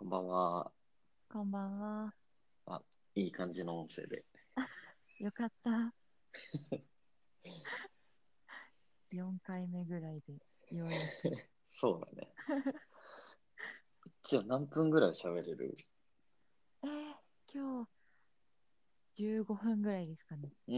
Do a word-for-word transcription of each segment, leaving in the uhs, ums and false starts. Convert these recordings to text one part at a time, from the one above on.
こんばんは。 こんばんは。 あ、いい感じの音声で。 よかった。よんかいめぐらいで、ようやく。 そうだね。一応何分ぐらい喋れる？ えー、今日じゅうごふんぐらいですかね。 うん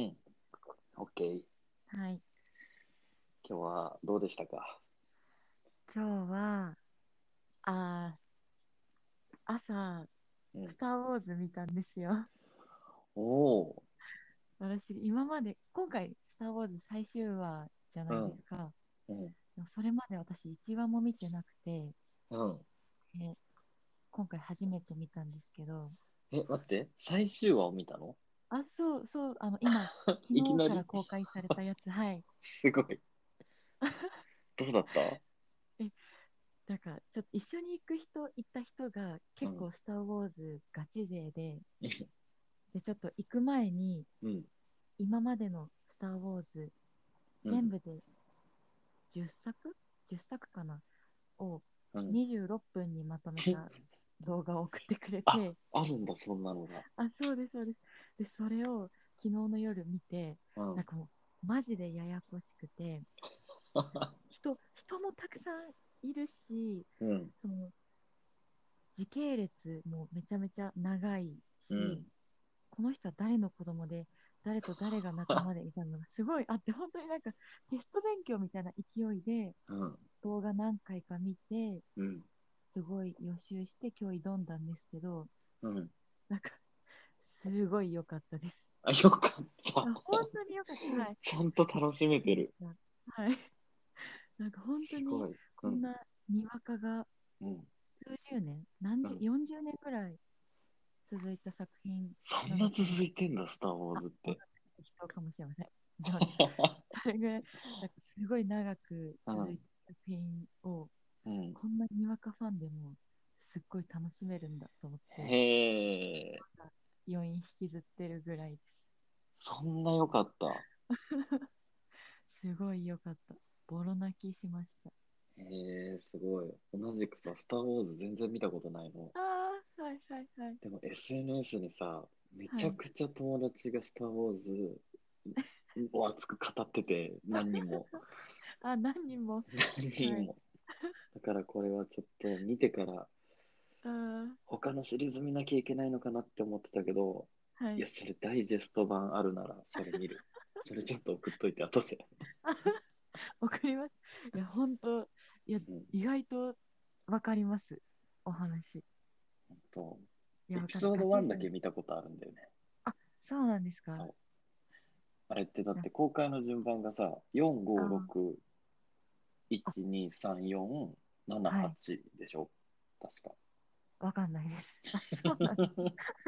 。OK。 はい。 今日はどうでしたか？ 今日は、あー、朝、 うん。 スター・ウォーズ見たんですよ。 おー。 私、今まで、今回、スター・ウォーズ最終話じゃないでうん。 すか。 うん。 でもそれまで私、いちわも見てなくて、 うん。 え今回初めて見たんですけど、 え、待って。最終話を見たの？ あ、そう、そう、あの、今、昨日からいきなり？ 公開されたやつ、はい。 すごい。どうだった？ えだからちょっと一緒に行く人行った人がうん。 結構「スター・ウォーズ」ガチ勢で、でちょっと行く前にうん。 今までの「スター・ウォーズ」 うん。 全部でじゅっさく ?じゅっ 作かなをうん。 にじゅうろっぷんにまとめた動画を送ってくれあ、 て、 あるんだ、そんなのが。 あ、そうです、そうです。で、それを昨日の夜見て、 うん。 なんかもうマジでややこしくて、人、人もたくさんいるし、 うん。 その時系列もめちゃめちゃ長いし、 うん。 この人は誰の子供で、誰と誰が仲間でみたいなのがすごいあって、本当になんかテスト勉強みたいな勢いでうん。 動画何回か見て、 うん。 すごい予習して今日挑んだんですけど、 うん。 なんかすごい良かったです。 あ、よかっあ、 た。 本当に良かった。はい。 ちゃんとびっ楽しめくりしてる。 た。はい。なんか本当にすごい。うん。 こんなにわかがうん。 数十年、何十、 うん。 よんじゅうねんぐらい続いた作品そんななのかな。 続いてんだ、スター・ウォーあ、 ズって。 わかんない人かもしれません。でも、それぐらい、なんかすごい長くうん。 続いた作品を、 うん。 こんなにわかファンでも、すっごい楽しめるんだと思って、 へえ、 まだ余韻引きずってるぐらいです。 そんな良かった。 すごい良かった。ボロ泣きしました。 へえ、すごい。同じくさ、スター・ウォーズ全然見たことないの。 ああ、はいはいはい。 でも エスエヌエス にさ、めちはい。 ゃくちゃ友達がスター・ウォーズを熱く語ってて、何人も。 あ、何人も。 何はい。 人も。だからこれはちょっと見てからあー他のシリーズ見なきゃいけないのかなって思ってたけど、いや、 はい。 それダイジェスト版あるなら、それ見る。それちょっと送っといて、後で。 わかります。いや、本当、いや、 うん。 意外とわかります。お話。 と、 いや、わかる。 エピソードワンだガチ勢。 け見たことあるんだよね。 あ、そうなんですか。 そう。あれってだっなて公開の順番がさ、よん、ご、 あ、 ろく、 あ、 いち、に、さん、よん、なな、 はい。 はちでしょ？確か。 わかんないです。あ、そうなんです。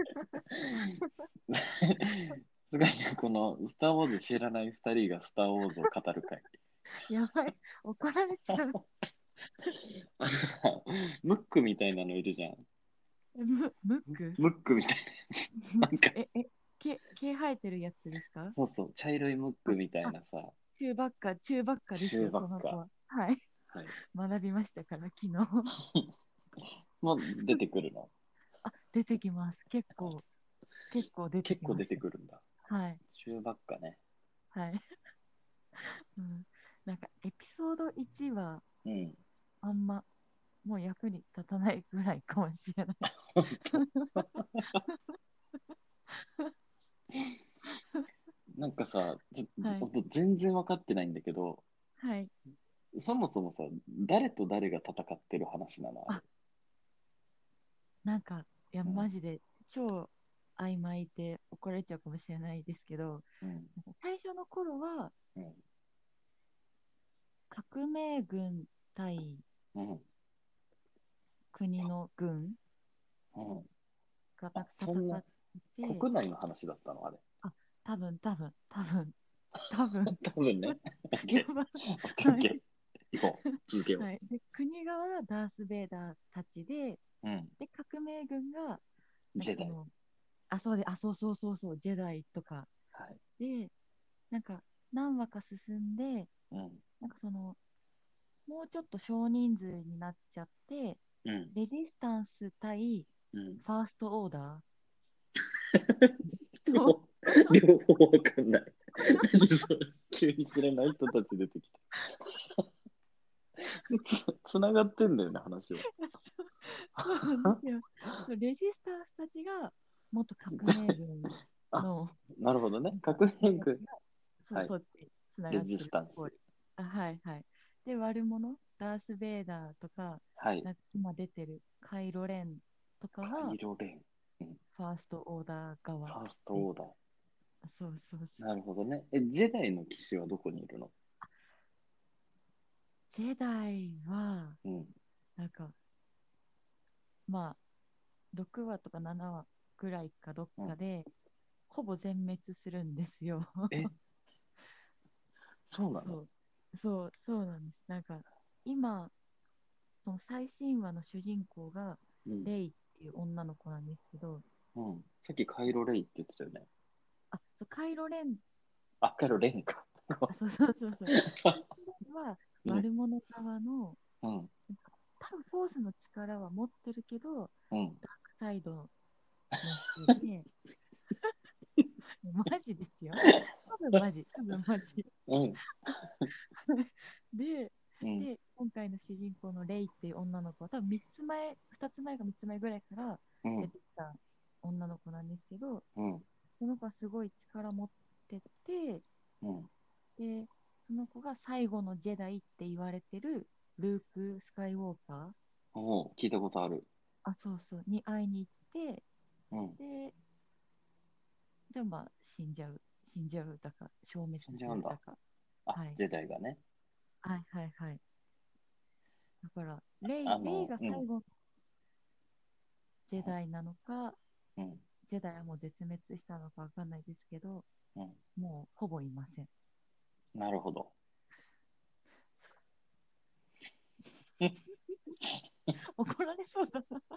すごいね、このスター・ウォーズ知らないふたりがスター・ウォーズを語る会。 やばい。怒られちゃう。 あのさ、ムックみたいなのいるじゃん。 む、ムックムックみたいな。なんか、 え、え、毛、毛生えてるやつですか？ そうそう、茶色いムックあ、 みたいあ、 なさ、 中ばっか、中ばっかです中よ、 ばっか。 その子は。はい。 はい。 学びましたから、昨日。 もう出てくるの。 あ、出てきます。結構、結構出て結構出きました。 てくるんだ。 はい。 中ばっかね。 はい。うん。なんか、エピソードいちは、 うん。 あんま、もう役に立たないぐらいかもしれない。 本当。なんかさ、ちょはい。 ほんと全然わかってないんだけど、 はい。 そもそもさ、誰と誰が戦ってる話なのあれ？ あ、なんか、いや、 うん。 マジで、超曖昧で怒られちゃうかもしれないですけど、 うん。 なんか最初の頃は、 うん。 革命軍対うん。 国の軍うん。 があ、そんな戦って、 国内の話だったのあれ？ あ、多分、多分、多分、多分、 多分ね。オッケやばい。 ー。オッケーオッはい。 ケー。行こう。続けよはい。で、国側がダース・ベイダーたちで、 う。うん。 で、革命軍が、なんジェダイ。 かその、あ、そうで、あ、そうそうそうそう、ジェダイとかはい。 で、なんか何話か進んで、 うん。 なんかその、もうちょっと少人数になっちゃって、 うん。 レジスタンス対うん。 ファーストオーダーと、 両方わかんない。何それ。急に知らない人たち出てきた。つながってんだよね、話は。 そうそうなんですよ。そうレジスタンスたちが元革命軍あ、 のなるほどね。 なんか革命人たち軍。 がそはい。 うそっちつながレってるジスタンス。 っぽい。あ、はいはい。で、悪者、ダース・ベイダーとか、 はい。 なんか今出てるカイロ・レンとかカはイロレン。うん。 ファーストオーダー側ファーストです。 オーダー。 そうそうそう。 なるほどね。え、ジェダイの騎士はどこにいるの？ ジェダイは、 うん。 なんか、まあ、ろくわとかななわぐらいかどっうん。 かで、ほぼ全滅するんですよ。 え、そうなの？ そう、そう、そうなんです。なんか、今、その最新話の主人公が、 うん。 レイっていう女の子なんですけど、 うん。さっきカイロレイって言ってたよね。 あ、そう、カイロレン、 あ、カイロレンか。 あ、そうそうそうそう、カイロレンはうん。 悪者側の、 うん。 なんか多分フォースの力は持ってるけど、 うん。 ダークサイドの人で、マジですよ。多分マジ、多分マジ。 うん。 で、 うん。 で、今回の主人公のレイっていう女の子は、多分みっつまえ、ふたつまえかみっつまえぐらいからうん。 出てきた女の子なんですけど、 うん。 その子はすごい力持ってて、 うん。 で、その子が最後のジェダイって言われてるルーク・スカイウォーカー、 おう、聞いたことある。 あ、そうそう、に会いに行って、 うん。 で、でもまあ死んじゃう、死んじゃうだか、消滅死んじゃうんだ。 するだか。 あ、 はい。 ジェダイがね。 はいはいはい。だから、レイ、レイあの、うん。 が最後のジェダイなのか、 うん。 ジェダイはもう絶滅したのかわかんないですけど、 うん。 もうほぼいません。 なるほど。 怒られそうだな。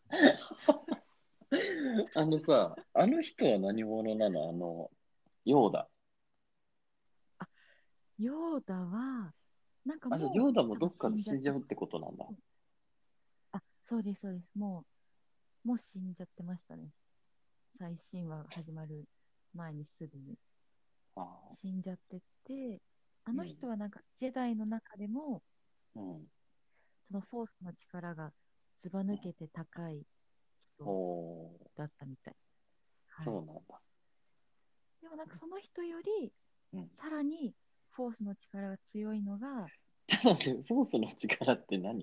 あのさ、あの人は何者なの？あの、ヨーダ。 あ、ヨーダは、なんかあ、じゃあもう多分ヨーダもどっか死んじゃってる。 で死んじゃうってことなんだ。 あ、そうです、そうです。もう、もう死んじゃってましたね。最新話が始まる前にすぐにああ、 死んじゃってて、あのうん。 人はなんかジェダイの中でも、 うん。 そのフォースの力がずば抜けて高いお人お、 だったみたい。はい。 そうなんだ。 でもなんかその人よりうん。 さらにフォースの力が強いのが、 ちょっと待って、フォースの力って何？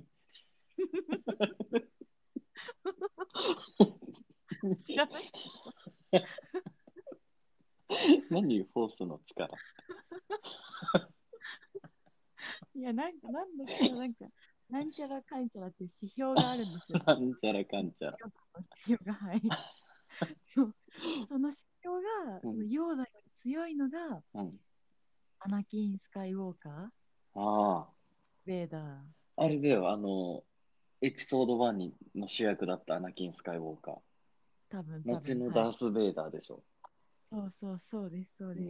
知らない。 何フォースの力？ いや、なんか、なんだっけな、なんか、なんちゃらかんちゃらっていう指標があるんですよ。 なんちゃらかんちゃら。 指標が、はい。そう、その指標が、 うん。 そのヨーダより強いのが、 うん。 アナキン・スカイウォーカー、 あベーダー。 あ、あれだよ、あの、エピソードワンにの主役だったアナキン・スカイウォーカー。 多分、多分、 後のはい。 ダース・ベイダーでしょ。 そうそうそうです、そうです。 うん。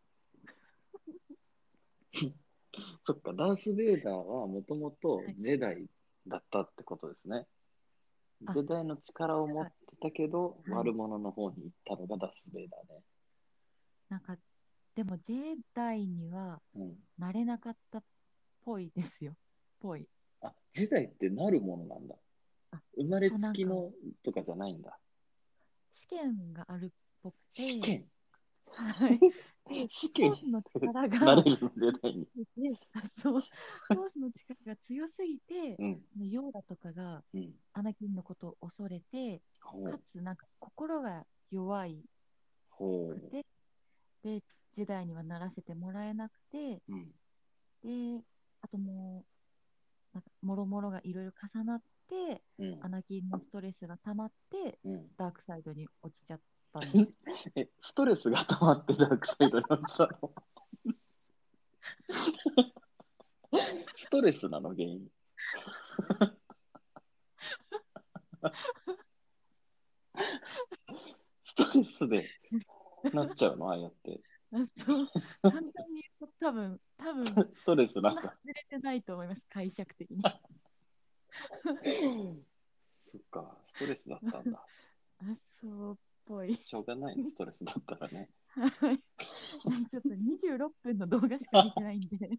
そっか、ダース・ベイダーはもともとはい。 ジェダイだったってことですね。 あ、 ジェダイの力を持っなんか、 てたけど、 はい。 悪者の方に行ったのがダース・ベイダーね。 なんか、でも、ジェダイにはうん。 なれなかったっぽいですよ。ぽい。 あ、ジェダイってなるものなんだ。 あ、 生まれそう、なんか、 つきのとかじゃないんだ。 試験があるっぽくて、 試験。 はい。で、 試験フォースの力なれが、 るの、ジェダイに。 で、あ、そう、フォースの力が強すぎて、 うん。 そのヨーダとかがうん。 アナキンのことを恐れて、かほう。 つなんか心が弱いほくて、で、ジェダイにはならせてもらえなくて、 う。うん。 で、あともう、なんかもろもろがいろいろ重なって、 うん。 アナキンのストレスが溜まって、 うん。 ダークサイドに落ちちゃったんですよ。 え、ストレスが溜まってダークサイドに落ちたの？ストレスなの原因？ストレスでなっちゃうの？ああやって。 あ、そう、簡単に言うと多分、多分、 ストレスそんななんだ。 外れてないと思います、解釈的に。 そっか、ストレスだったんだ。 あ、そうっぽい。 しょうがないね、ストレスだったらね。 はい。ちょっとにじゅうろっぷんの動画しか見てないんで、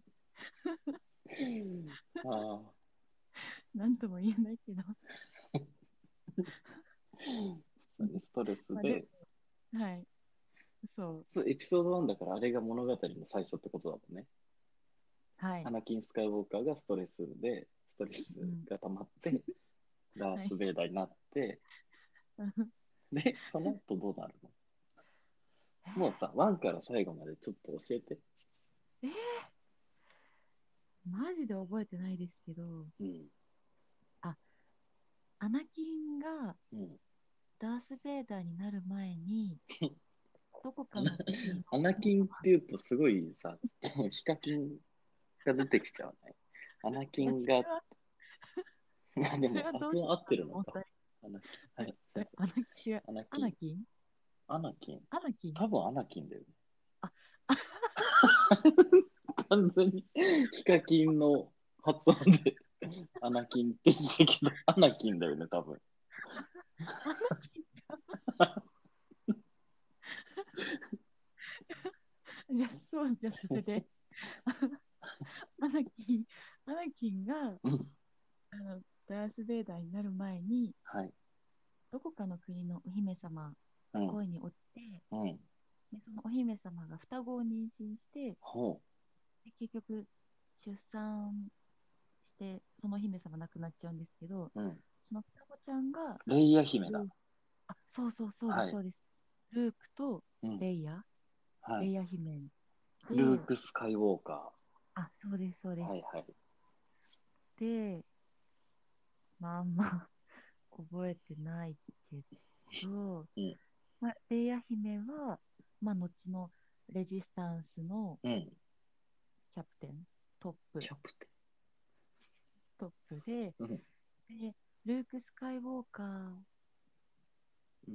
ああ、 なんとも言えないけど。 そうねストレスまあでで、 も、はい。そう。 そうエピソードワンだからあれが物語の最初ってことだもんね。 はい。 アナキン・スカイウォーカーがストレスで、ストレスうん。 が溜まって、ダース・はい。 ベイダーになって、で、その後どうなるの？もうさ、ワンから最後までちょっと教えて。 えー、マジで覚えてないですけど、 うん。 あ、アナキンがうん。 ダース・ベイダーになる前に、どこアナかの国のアナキンっ姫様、 ていうとすごいさ、ヒカキンが出てきちゃうね。アナキいや、 ンが、 それは、 まあでそれも発音合はどういうってるのか。 問題？ アナキン。はえ、 い、すいまえアナ、違う、 せん。アナキン。 アナキンアナキン。 アナキン多分アナキンだよね。 あ、 完全にヒカキンの発音でアナキンって言ってたけど、アナキンだよね、多分。 アナキンか。いや、そうじゃ、それで。アナキン、アナキンが、 うん。 あの、ダース・ベイダーになる前に、 はい。 どこかの国のお姫様うん。 恋に落ちて、 うん。 で、そのお姫様が双子を妊娠して、 ほで結局、出産して、そのお姫様亡くなっちゃうんですけど、 う。うん。 その双子ちゃんが、 レイヤ姫だ。 ルーあ、そうそうそうです、 はい。 そうです。ルークとうん。 レイヤ、 はい。 レイヤ姫で、 ルーク・スカイウォーカあ、そうです、そうでー。 す。 はいはい。 で、まあまあ、覚えてないけど、 うん。 まあ、レイヤ姫は、まあ、後のレジスタンスのうん。 キャプテン、トップ、 キャプテトップで、 ン。うん。 で、ルーク・スカイウォーカーうん。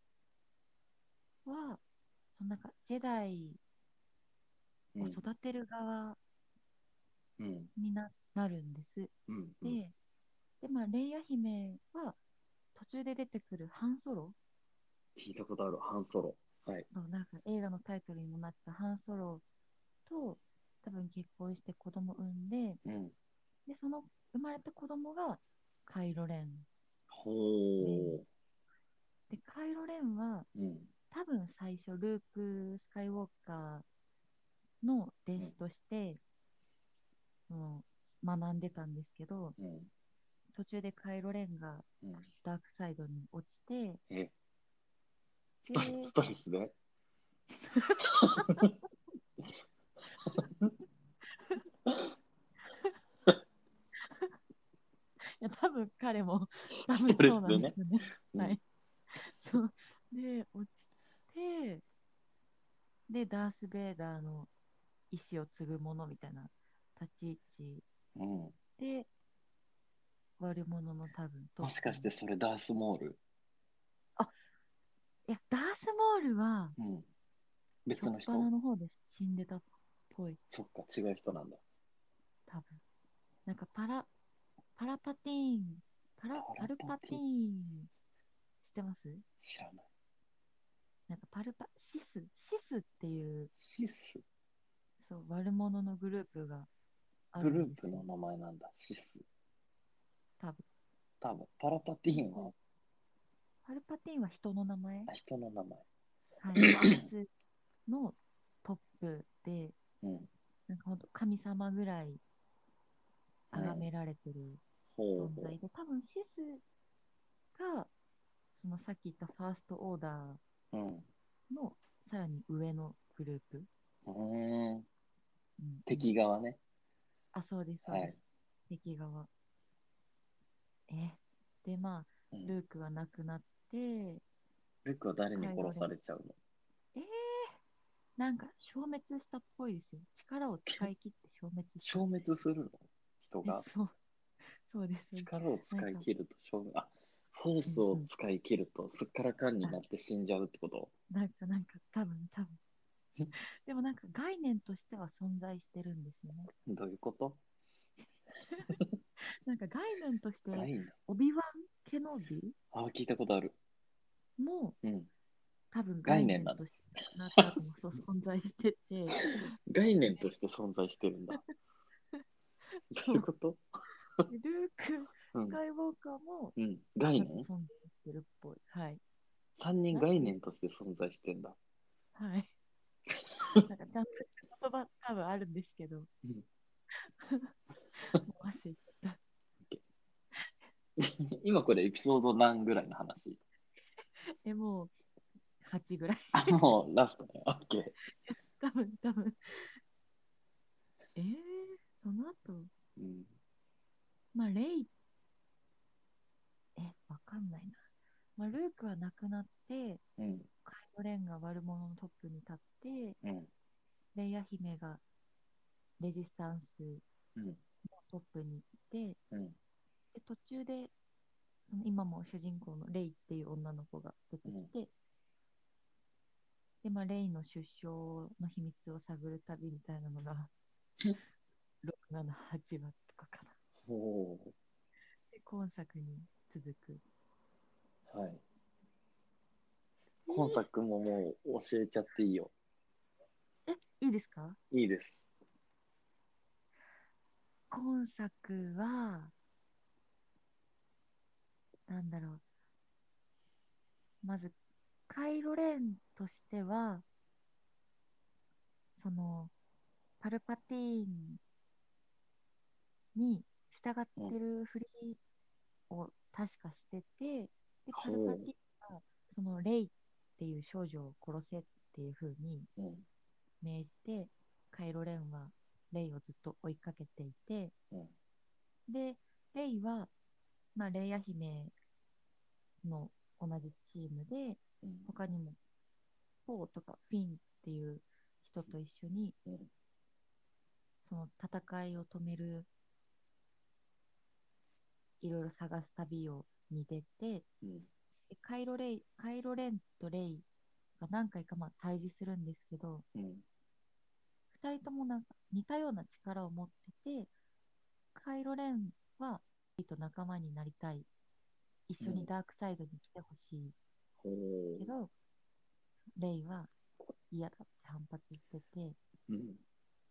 は、そのなんか、ジェダイをうん。 育てる側うん。 にな、なるんです。 うん。うん。 で、で、まあ、レイヤ姫は、途中で出てくるハンソロ、 聞いたことある。ハンソロ。はい。 そう、なんか映画のタイトルにもなってたハンソロと、多分結婚して子供産んで、 うん。 で、その生まれた子供がカイロレンで、 ほで、カイロレンはう。うん。 多分最初、ルーク・スカイウォーカーの弟うん。 子として、その、学んでたんですけど、 うん。 途中でカイロレンがうん。 ダークサイドに落ちて、 え、ストレス、 で、 ストレスでいや、多分彼も、多スト分そうなレスでね。 んですよね。 うん。 はい。そう。で、落ちて、で、ダース・ベイダーの意志を継ぐものみたいな立ち位置うん。 で、悪者の多分トッもしかしプに。 てそれダースモール？ あ、いや、ダース・モールは、 うん。 初っ別の人？ 端の方で死んでたっぽい、 そっか、違う人なんだ。 多分。なんかパラ、パラパティーン、パラ、 パラパルパティーパティ？ ン、知ってます？ 知らない。 なんかパルパ、シス、シスっていう、 シス。 そう、悪者のグループがあグるんですよ。 ループの名前なんだ。シス。 多分。 多分、パラパティシス、 ーンはパルパティーンは人の名前。 あ人の名前。 はい。シスのトップで、 うん。 なんかほんと神様ぐらいうん。 崇められてるほうほ存在で、多分シスが、そのさっき言ったファーストオーダーう。うん。 のさらに上のグループ。 うーん。 うんうん、 敵側ね。 あ、そうです、そうです。 はい。 敵側。え、で、まあ、 うん。 ルークは亡くなって、 ルックは誰に殺カイロレン、 されちゃうの？ えー、なんか消滅したっぽいですよ。力を使い切って消滅した。 消滅するの？人え、 がそう、そうです、そうです。 力をなんか、 使い切ると消滅、あ、フォースをうんうん。 使い切るとすっからかんになっあ、 て死んじゃうってこと？ なんか、なんか、多分、多分。でもなんか概念としては存在してるんですよね。 どういうこと？ なんか概念として、 概念。 オビワン・ケノノビああ、聞いたことある。 もうん。 多分概概念なの。 念としてなった後もそう存在してて、 概念として存在してるんだ。どうそう。 いうこと？ でルーク・うん。 スカイウォーカーもうん。概なんか念？ 存在してるっぽい。はい。 さん 人なんていう、 概念として存在してんだ。 はい。なんかちゃんとした言葉多分あるんですけど、もうん。 う忘れちゃった。 今これエピソード何ぐらいの話？ え、もうはちぐらい。 あ、もうラストね。オッケ多分、多分。えー、その後、 ー。うん。 まあ、レイ、え、わかんないな。まあ、ルークは亡くなって、 うん。 カイロレンが悪者のトップに立って、 うん。 レイヤ姫がレジスタンスのうん。 トップにいて、 うん。 で途中でその今も主人公のレイっていう女の子が出てきうん。 て、で、まあ、レイの出生の秘密を探る旅みたいなのがろく、なな、はちわとかかな。 おー。 で、今作に続く。 はい。今え作ももう教えちゃっていいよ。 ー、え、いいですか？ いいです。 今作は、なんだろう。まず、カイロレンとしては、その、パルパティーンに従っうん。 てるふりを確かしてて、で、パルパほティーンが、そのレイっていう少女を殺せっていうふうにう。うん。 命じて、カイロレンはレイをずっと追いかけていて、 うん。 で、レイは、まあ、レイヤ姫の同じチームで、 うん。 他にもポーとかフィンっていう人と一緒に、 うん。 その戦いを止める、いろいろ探す旅をに出て、 うん。 でカイロレイ、カイロレンとレイが何回かまあ対峙するんですけど、 うん。 ふたりともなんか似たような力を持ってて、カイロレンはレイと仲間になりたい、一緒にうん。 ダークサイドに来てほしいほけど、レイは嫌だって反発してて、 う。うん。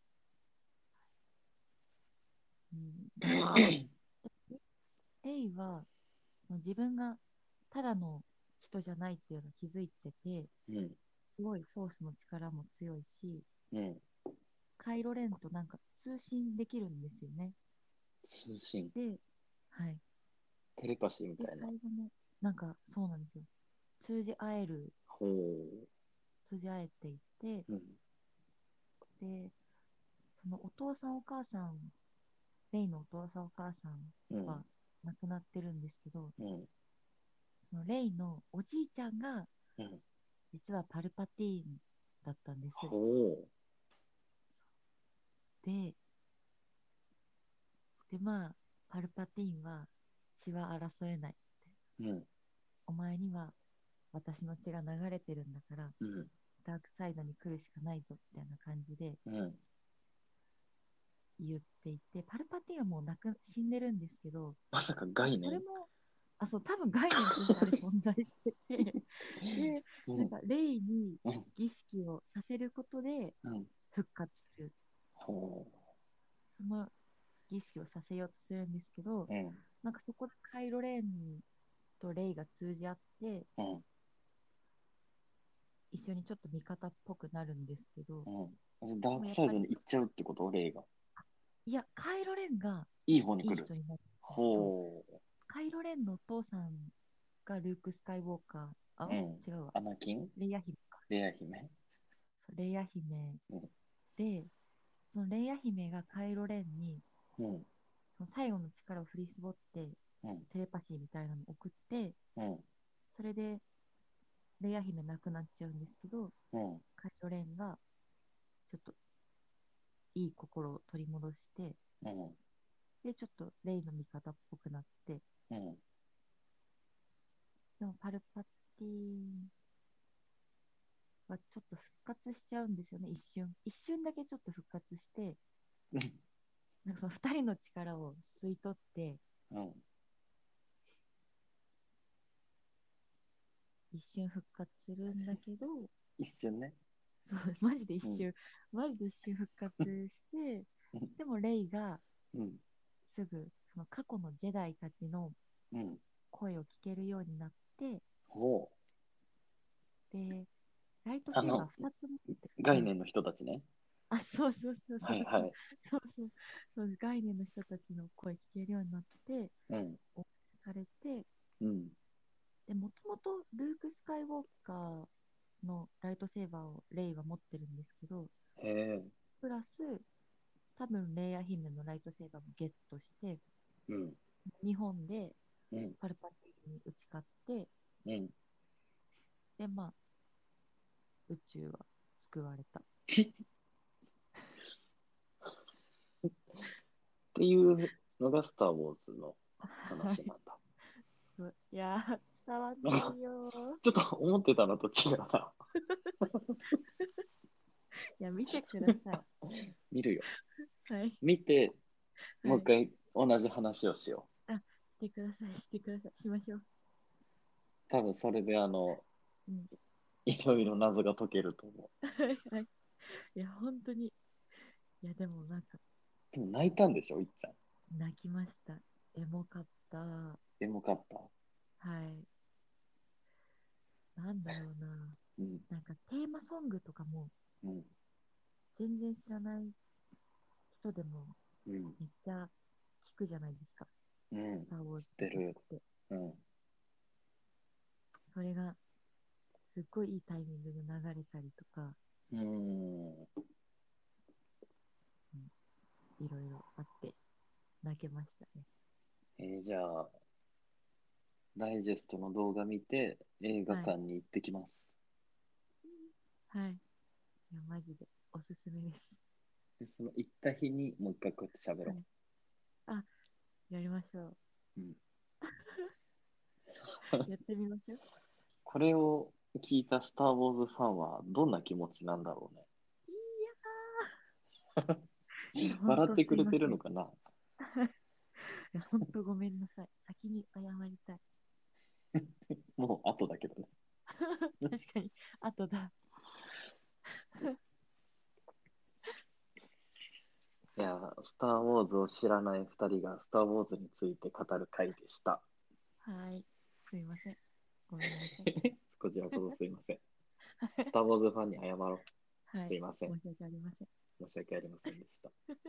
うん、レイはその自分がただの人じゃないっていうのを気づいてて、 うん。 すごいフォースの力も強いし、 うん。 カイロレンとなんか通信できるんですよね。 通信。 で、はい。 テレパシーみで、 たいな。 最後の、なんかそうなんですよ。通じ合える、 ほう。 通じ合えていて、 うん。 で、そのお父さんお母さん、レイのお父さんお母さんうん。 は亡くなってるんですけど、 うん。 そのレイのおじいちゃんがうん。 実はパルパティーンだったんです。 ほで、で、まあ、パルパティーンは血は争えない。 う。うん。 お前には私の血が流れてるんだから、 うん。 ダークサイドに来るしかないぞ、みたいな感じでうん。 言っていて、パルパティーンはもう亡く、死んでるんですけど、 まさかなんか概念？ それも、あ、そう、多分概念としてあれ存在してて、で、 うん。 なんか、レイにうん。 儀式をさせることでうん。 復活する。 ほその儀式をさせようとするんですけど、 う。うん。 なんかそこでカイロレーンとレイが通じ合って、 うん。 一緒にちょっと味方っぽくなるんですけど、 うん。ダークでもやっぱり、 サイドに行っちゃうってこと？レイが。 いや、カイロレンがいいいい方に来る。 人になる。そう。 ほカイロレンのお父さんがルーク・スカイウォーカー、あ、 う。うん。 違うわ。 アナキン？ レイヤ姫か。 レア姫？ そうレイヤ姫うん。 で、そのレイヤ姫がカイロレンに、 うん。 その最後の力を振り絞って、 うん。 テレパシーみたいなのを送って、 うん。 それでレイヤ姫亡くなっちゃうんですけど、 うん。 カイロレンがちょっといい心を取り戻して、 うん。 で、ちょっとレイの味方っぽくなって、 うん。 でもパルパティはちょっと復活しちゃうんですよね、一瞬。一瞬だけちょっと復活して、 うん。 なんかその二人の力を吸い取って、 うん。 一瞬復活するんだけど、 一瞬ね。 そう、マジで一瞬、 うんマジで一瞬復活して、でもレイがうんすぐその過去のジェダイたちのうん声を聞けるようになって、 ほう。 で、ライトあのセーバーふたつ持って、うん。 概念の人たちね。 あ、そうそうそうそうそう。 はいはい。 そうそう。そう、概念の人たちの声聞けるようになって、 うん応援されて、 うんで、もともとルーク・スカイウォーカーのライトセーバーをレイは持ってるんですけど、 へえ。 プラス、多分レイヤ姫のライトセーバーもゲットして、 うん日本でうんパルパティに打ち勝って、 うんで、まあ、宇宙は救われた。 っていうのがスター・ウォーズのはい。 話なんだ。 そういやー、伝わんなんかないよちょっと思ってたのと違うな。 ー。いや、見てください。 見るよ。 はい。 見て、もはい。 う一回同じ話をしよあ、してください、してください。しましょう。 う。多分それであの、 うん。 いろいろ謎が解けると思はいはい。いや、本当に。いや、でもなんか、 う。でも泣いたんでしょ、いっちゃん。 泣きました。エモかった。はエモかった。 い。なんだろうな。 うんなんか、テーマソングとかも、 うん全然知らない人でも、 うんめっちゃ聞くじゃないですか。 うん。知スター・ウォーズの曲っってる。 て。 うん。 それが、すっごいいいタイミングで流れたりとか、 うーん。 うん、いろいろあって、泣けましたね。 えーじゃあ、ダイジェストの動画見て映画はい。 館に行ってきます。 はい。いや、マジでおすすめです。 で、その行った日にもう一回こうやって喋ろはい。あ、やりましょう。 う。うん。 やってみましょう。 これを聞いたスター・ウォーズファンはどんな気持ちなんだろうね。 いやー、いや、ほんと笑ってくれすいません。いてるのかな。 や、ほんとごめんなさい。先に謝りたい。 もう後だけどね。 確かに、後だ。 いや、スター・ウォーズを知らないふたりがスター・ウォーズについて語る回でした。 はい。すいません。ごめんなさい。 こちらこそすいません。スター・ウォーズファンに謝ろう。 はい。 すいません。 申し訳ありません。 申し訳ありませんでした。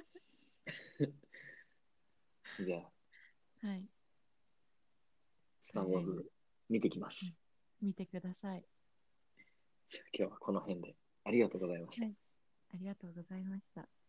じゃあ、 はい。 スター・とりあえず、 ウォーズ見てきまうん、 す。 見てください。 じゃあ今日はこの辺でありがとうございました。 はい。ありがとうございました。